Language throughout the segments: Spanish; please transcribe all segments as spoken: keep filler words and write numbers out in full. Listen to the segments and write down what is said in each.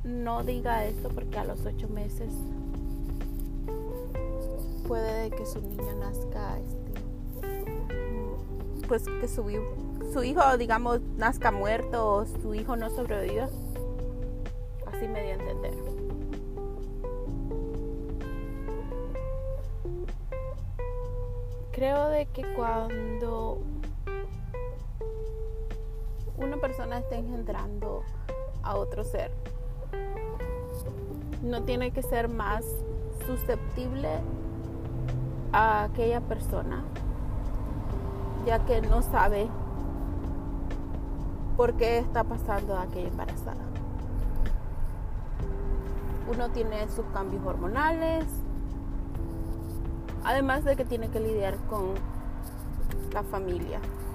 no diga esto porque a los ocho meses puede que su niño nazca, este, pues que su, su hijo, digamos, nazca muerto o su hijo no sobreviva. Así me di a entender. Creo de que cuando una persona está engendrando a otro ser, no tiene que ser más susceptible a aquella persona, ya que no sabe por qué está pasando aquella embarazada. Uno tiene sus cambios hormonales, además de que tiene que lidiar con la familia.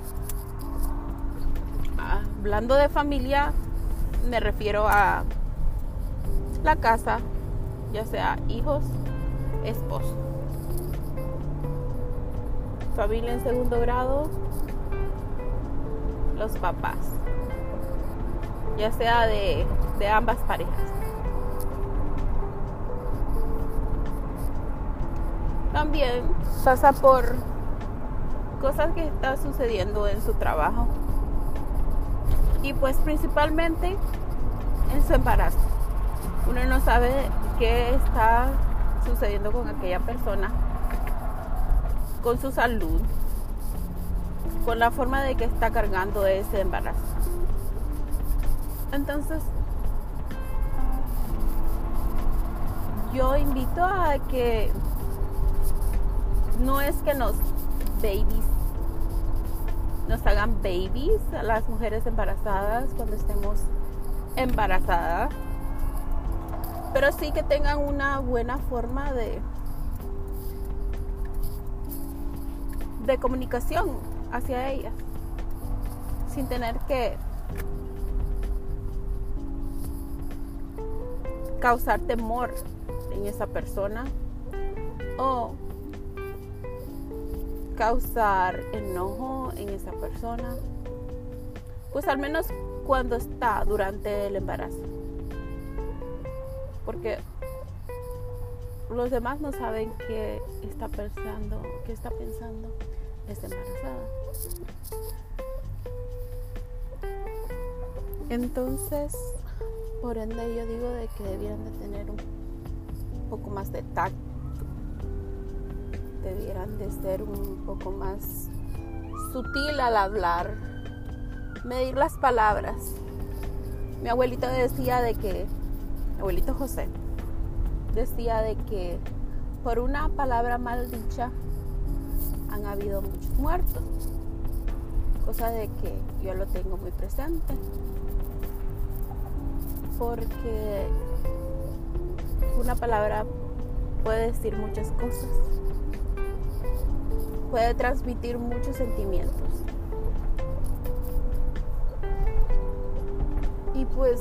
Hablando de familia, me refiero a la casa, ya sea hijos, esposo. Familia en segundo grado, los papás, ya sea de, de ambas parejas. También pasa por cosas que están sucediendo en su trabajo y pues principalmente en su embarazo. Uno no sabe qué está sucediendo con aquella persona, con su salud, con la forma de que está cargando ese embarazo. Entonces, yo invito a que no es que nos babies, nos hagan babies a las mujeres embarazadas cuando estemos embarazadas, pero sí que tengan una buena forma de de comunicación hacia ellas, sin tener que causar temor en esa persona o causar enojo en esa persona, pues al menos cuando está durante el embarazo, porque los demás no saben qué está pensando, qué está pensando esta embarazada. Entonces, por ende, yo digo de que debieran de tener un poco más de tacto, debieran de ser un poco más sutil al hablar, medir las palabras. Mi abuelito decía de que, mi abuelito José, decía de que por una palabra mal dicha han habido muchos muertos, cosa de que yo lo tengo muy presente, porque una palabra puede decir muchas cosas, puede transmitir muchos sentimientos. Y pues,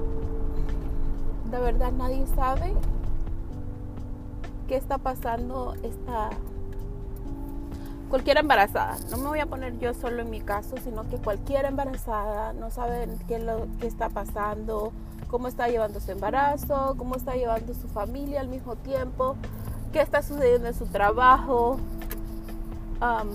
de verdad nadie sabe qué está pasando esta cualquier embarazada. No me voy a poner yo solo en mi caso, sino que cualquier embarazada no sabe qué, lo, qué está pasando, cómo está llevando su embarazo, cómo está llevando su familia al mismo tiempo, qué está sucediendo en su trabajo. Um,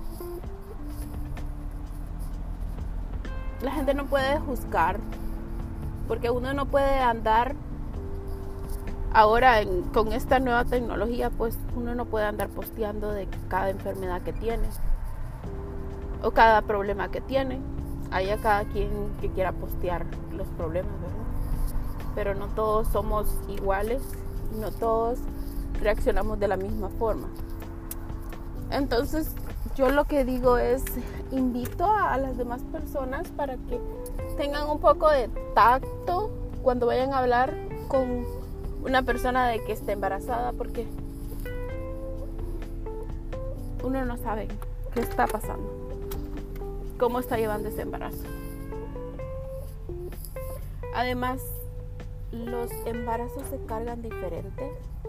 la gente no puede juzgar, porque uno no puede andar ahora en, con esta nueva tecnología, pues uno no puede andar posteando de cada enfermedad que tiene o cada problema que tiene. Hay a cada quien que quiera postear los problemas, ¿verdad? Pero no todos somos iguales, no todos reaccionamos de la misma forma. Entonces, yo lo que digo es, invito a las demás personas para que tengan un poco de tacto cuando vayan a hablar con una persona de que esté embarazada, porque uno no sabe qué está pasando, cómo está llevando ese embarazo. Además, los embarazos se cargan diferente.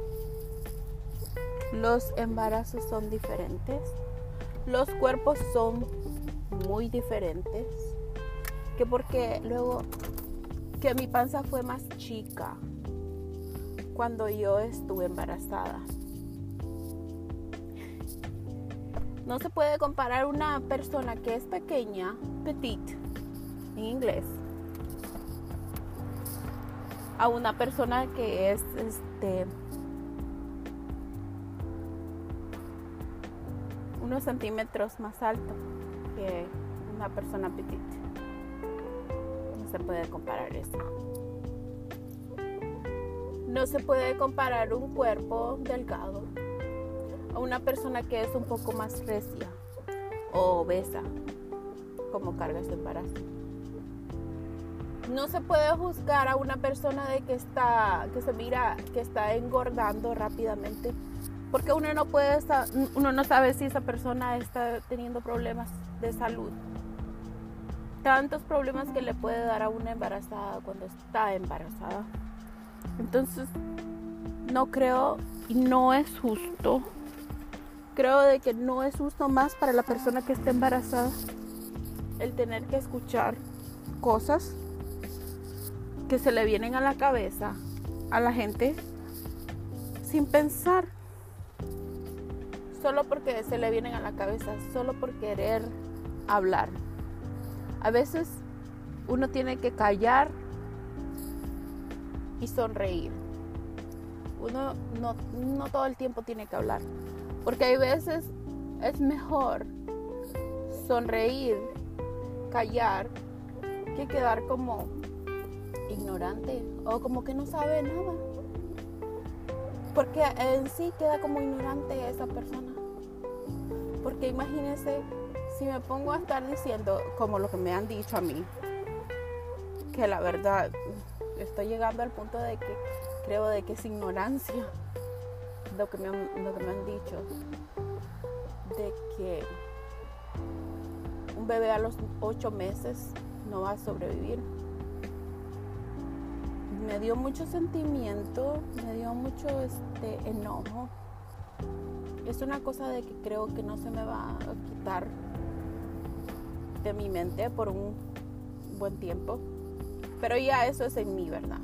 Los embarazos son diferentes. Los cuerpos son muy diferentes. Que porque luego que mi panza fue más chica cuando yo estuve embarazada. No se puede comparar una persona que es pequeña, petite, en inglés, a una persona que es este unos centímetros más alto que una persona petite. No se puede comparar eso. No se puede comparar un cuerpo delgado a una persona que es un poco más recia o obesa, como carga su embarazo. No se puede juzgar a una persona de que está, que se mira que está engordando rápidamente, porque uno no puede estar, uno no sabe si esa persona está teniendo problemas de salud. Tantos problemas que le puede dar a una embarazada cuando está embarazada. Entonces, no creo y no es justo. Creo de que no es justo más para la persona que está embarazada el tener que escuchar cosas que se le vienen a la cabeza a la gente sin pensar. Solo porque se le vienen a la cabeza, solo por querer hablar. A veces uno tiene que callar y sonreír. Uno no, no todo el tiempo tiene que hablar, porque hay veces es mejor sonreír, callar, que quedar como ignorante o como que no sabe nada, porque en sí queda como ignorante esa persona. Porque imagínense si me pongo a estar diciendo como lo que me han dicho a mí, que la verdad estoy llegando al punto de que creo de que es ignorancia lo que me han, lo que me han dicho, de que un bebé a los ocho meses no va a sobrevivir. Me dio mucho sentimiento, me dio mucho este enojo. Es una cosa de que creo que no se me va a quitar de mi mente por un buen tiempo. Pero ya eso es en mí, ¿verdad?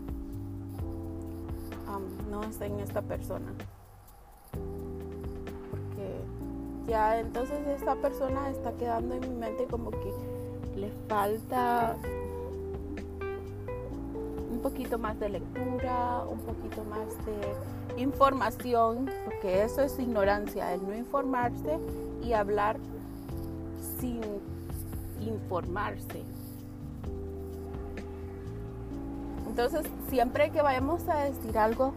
Um, no es en esta persona. Porque ya entonces esta persona está quedando en mi mente como que le falta un poquito más de lectura, un poquito más de información, porque eso es ignorancia, el no informarse y hablar sin informarse. Entonces, siempre que vayamos a decir algo,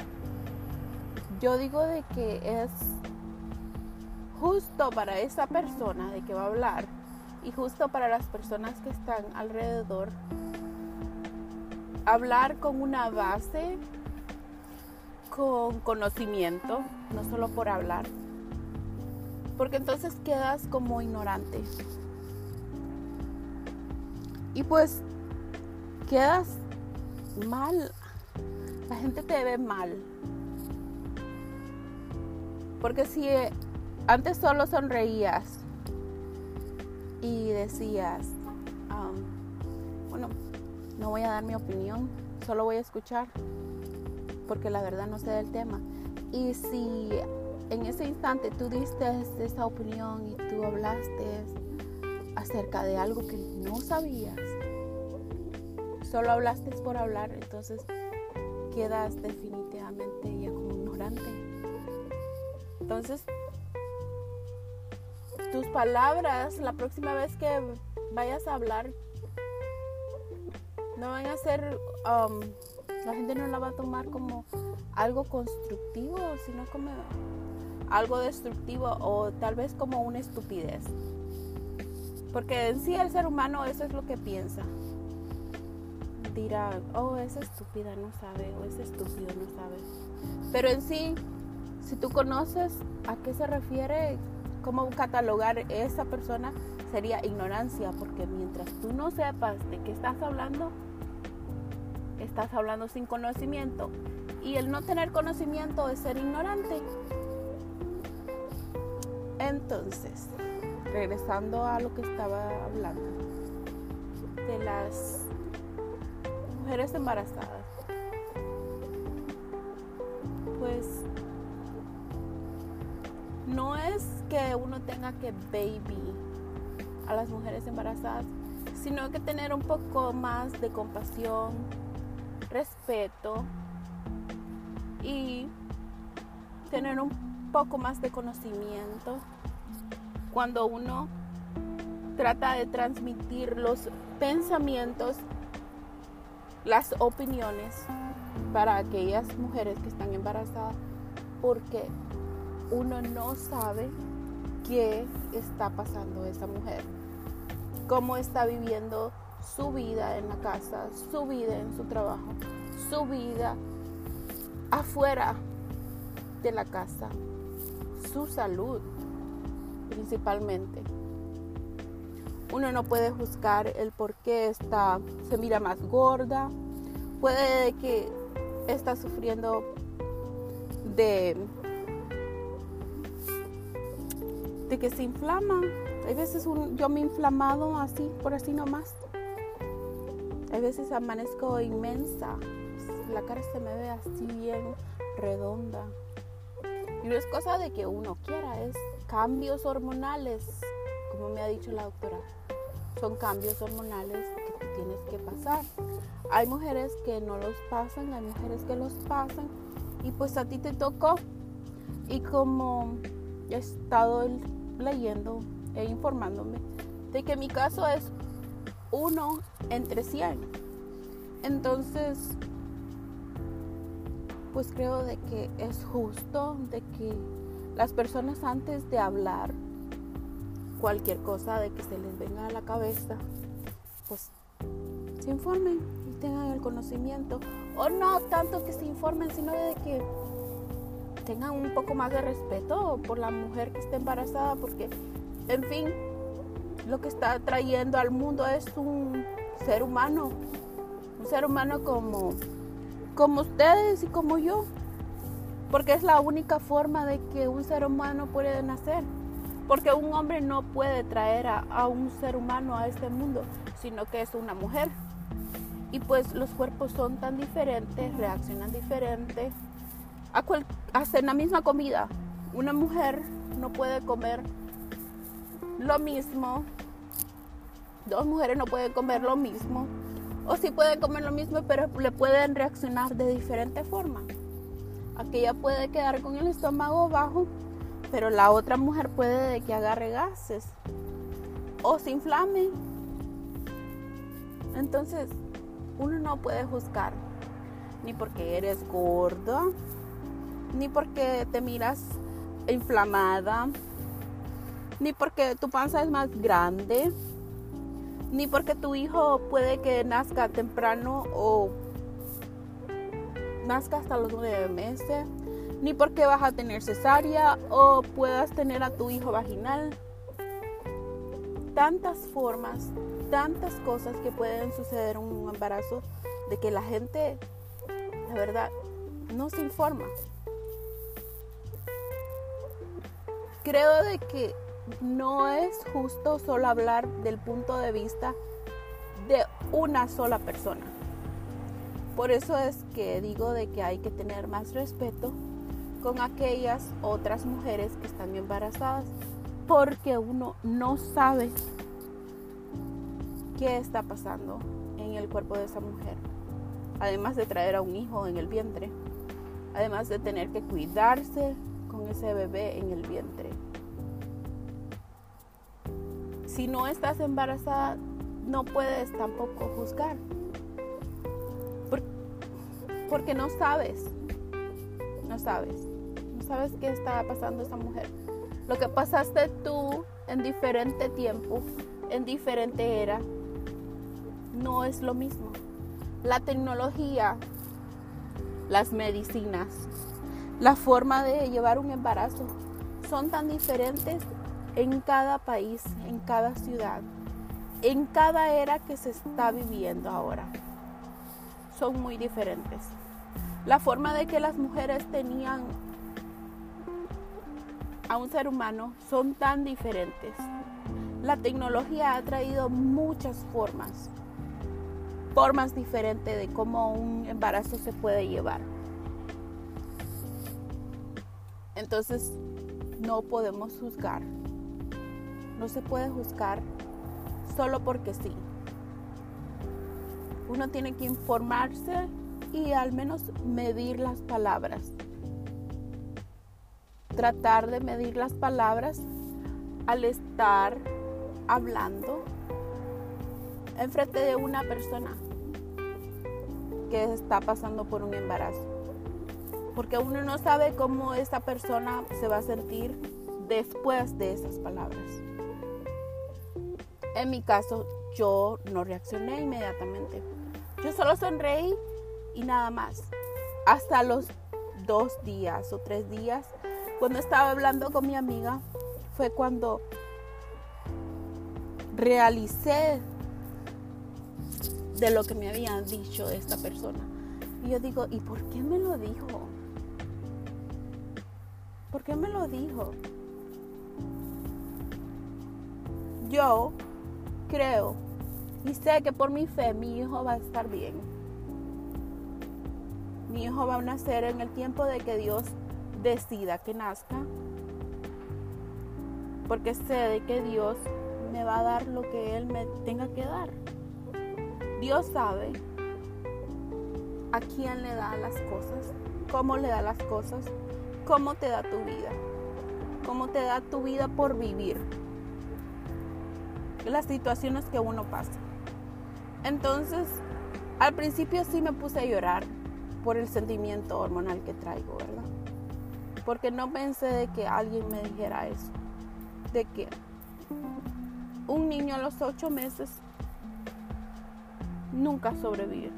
yo digo de que es justo para esa persona de que va a hablar y justo para las personas que están alrededor, hablar con una base, con conocimiento, no solo por hablar, porque entonces quedas como ignorante y pues quedas mal, la gente te ve mal, porque si antes solo sonreías y decías um, bueno, no voy a dar mi opinión, solo voy a escuchar porque la verdad no sé del tema, y si en ese instante tú diste esa opinión y tú hablaste acerca de algo que no sabías, solo hablaste por hablar, entonces quedas definitivamente ya como ignorante. Entonces, tus palabras la próxima vez que vayas a hablar no van a ser, um, la gente no la va a tomar como algo constructivo, sino como algo destructivo o tal vez como una estupidez. Porque en sí el ser humano eso es lo que piensa. Dirá, oh, esa estúpida no sabe, o ese estúpido no sabe. Pero en sí, si tú conoces a qué se refiere, cómo catalogar esa persona, sería ignorancia, porque mientras tú no sepas de qué estás hablando, estás hablando sin conocimiento, y el no tener conocimiento es ser ignorante. Entonces, regresando a lo que estaba hablando de las mujeres embarazadas, pues no es que uno tenga que baby a las mujeres embarazadas, sino que tener un poco más de compasión, respeto y tener un poco más de conocimiento cuando uno trata de transmitir los pensamientos, las opiniones para aquellas mujeres que están embarazadas, porque uno no sabe qué está pasando esa mujer, cómo está viviendo su vida en la casa, su vida en su trabajo, su vida afuera de la casa, su salud principalmente. Uno no puede juzgar el por qué está, se mira más gorda, puede que está sufriendo de, de que se inflama. Hay veces un, yo me he inflamado así, por así nomás. Hay veces amanezco inmensa, la cara se me ve así bien redonda. Y no es cosa de que uno quiera, es cambios hormonales, como me ha dicho la doctora. Son cambios hormonales que tú tienes que pasar. Hay mujeres que no los pasan, hay mujeres que los pasan, y pues a ti te tocó. Y como he estado leyendo e informándome de que mi caso es uno entre cien, entonces pues creo de que es justo de que las personas, antes de hablar cualquier cosa de que se les venga a la cabeza, pues se informen y tengan el conocimiento, o no tanto que se informen, sino de que tengan un poco más de respeto por la mujer que está embarazada, porque en fin, lo que está trayendo al mundo es un ser humano, un ser humano como, como ustedes y como yo, porque es la única forma de que un ser humano puede nacer, porque un hombre no puede traer a, a un ser humano a este mundo, sino que es una mujer. Y pues los cuerpos son tan diferentes, reaccionan diferente. A cual, hasta en la misma comida, una mujer no puede comer lo mismo, dos mujeres no pueden comer lo mismo, o sí pueden comer lo mismo, pero le pueden reaccionar de diferente forma. Aquella puede quedar con el estómago bajo, pero la otra mujer puede de que agarre gases o se inflame. Entonces uno no puede juzgar ni porque eres gorda, ni porque te miras inflamada, ni porque tu panza es más grande, ni porque tu hijo puede que nazca temprano o nazca hasta los nueve meses, ni porque vas a tener cesárea o puedas tener a tu hijo vaginal. Tantas formas, tantas cosas que pueden suceder en un embarazo, de que la gente, la verdad, no se informa. Creo de que no es justo solo hablar del punto de vista de una sola persona. Por eso es que digo de que hay que tener más respeto con aquellas otras mujeres que están embarazadas, porque uno no sabe qué está pasando en el cuerpo de esa mujer, además de traer a un hijo en el vientre, además de tener que cuidarse con ese bebé en el vientre. Si no estás embarazada, no puedes tampoco juzgar, porque no sabes, no sabes, no sabes qué está pasando esa mujer. Lo que pasaste tú en diferente tiempo, en diferente era, no es lo mismo. La tecnología, las medicinas, la forma de llevar un embarazo son tan diferentes en cada país, en cada ciudad, en cada era que se está viviendo ahora. Son muy diferentes. La forma de que las mujeres tenían a un ser humano son tan diferentes. La tecnología ha traído muchas formas, formas diferentes de cómo un embarazo se puede llevar. Entonces, no podemos juzgar. No se puede juzgar solo porque sí. Uno tiene que informarse y al menos medir las palabras. Tratar de medir las palabras al estar hablando enfrente de una persona que está pasando por un embarazo. Porque uno no sabe cómo esa persona se va a sentir después de esas palabras. En mi caso, yo no reaccioné inmediatamente. Yo solo sonreí y nada más. Hasta los dos días o tres días, cuando estaba hablando con mi amiga, fue cuando realicé de lo que me habían dicho esta persona. Y yo digo, ¿y por qué me lo dijo? ¿Por qué me lo dijo? Yo creo y sé que por mi fe mi hijo va a estar bien. Mi hijo va a nacer en el tiempo de que Dios decida que nazca. Porque sé de que Dios me va a dar lo que Él me tenga que dar. Dios sabe a quién le da las cosas, cómo le da las cosas, cómo te da tu vida, cómo te da tu vida por vivir, las situaciones que uno pasa. Entonces, al principio sí me puse a llorar por el sentimiento hormonal que traigo, ¿verdad? Porque no pensé de que alguien me dijera eso, de que un niño a los ocho meses nunca sobrevive.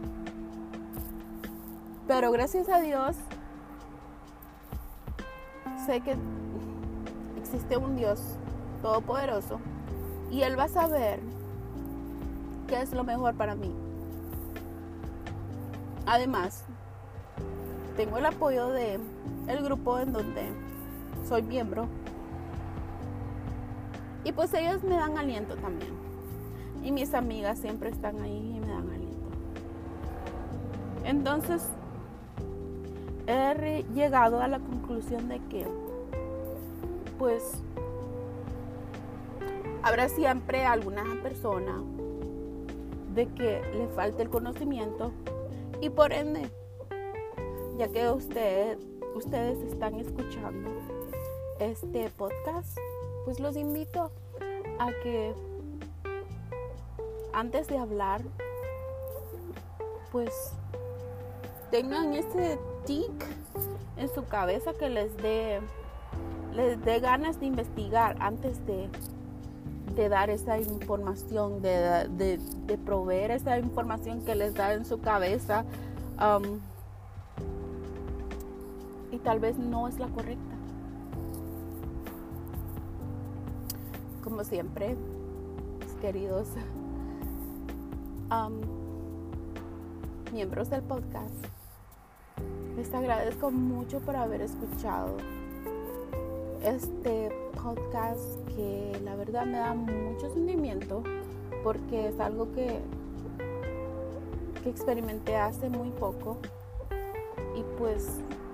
Pero gracias a Dios sé que existe un Dios todopoderoso y Él va a saber qué es lo mejor para mí. Además, tengo el apoyo de el grupo en donde soy miembro y pues ellos me dan aliento también. Y mis amigas siempre están ahí y me dan aliento. Entonces, he llegado a la conclusión de que pues habrá siempre alguna persona de que le falte el conocimiento y por ende, ya que usted, ustedes están escuchando este podcast, pues los invito a que antes de hablar, pues tengan ese tic en su cabeza que les dé les dé ganas de investigar antes de, de dar esa información, de, de, de proveer esa información que les da en su cabeza um, y tal vez no es la correcta. Como siempre, mis queridos um, miembros del podcast, les agradezco mucho por haber escuchado este podcast que la verdad me da mucho sentimiento porque es algo que, que experimenté hace muy poco y pues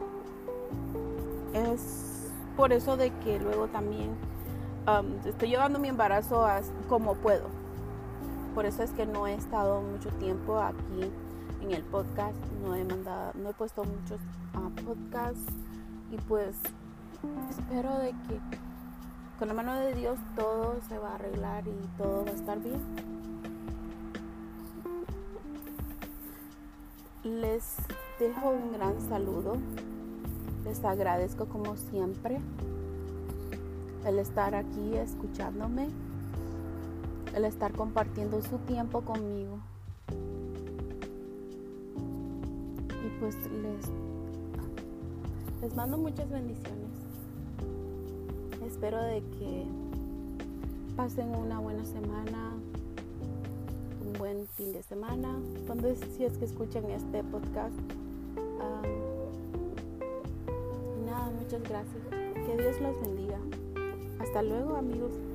es por eso de que luego también um, estoy llevando mi embarazo a, como puedo. Por eso es que no he estado mucho tiempo aquí en el podcast, no he mandado, no he puesto muchos uh, podcasts y pues espero de que con la mano de Dios todo se va a arreglar y todo va a estar bien. Les dejo un gran saludo. Les agradezco como siempre el estar aquí escuchándome, el estar compartiendo su tiempo conmigo. Y pues les, les mando muchas bendiciones. Espero de que pasen una buena semana, un buen fin de semana, cuando es, si es que escuchan este podcast. Um, nada, muchas gracias. Que Dios los bendiga. Hasta luego, amigos.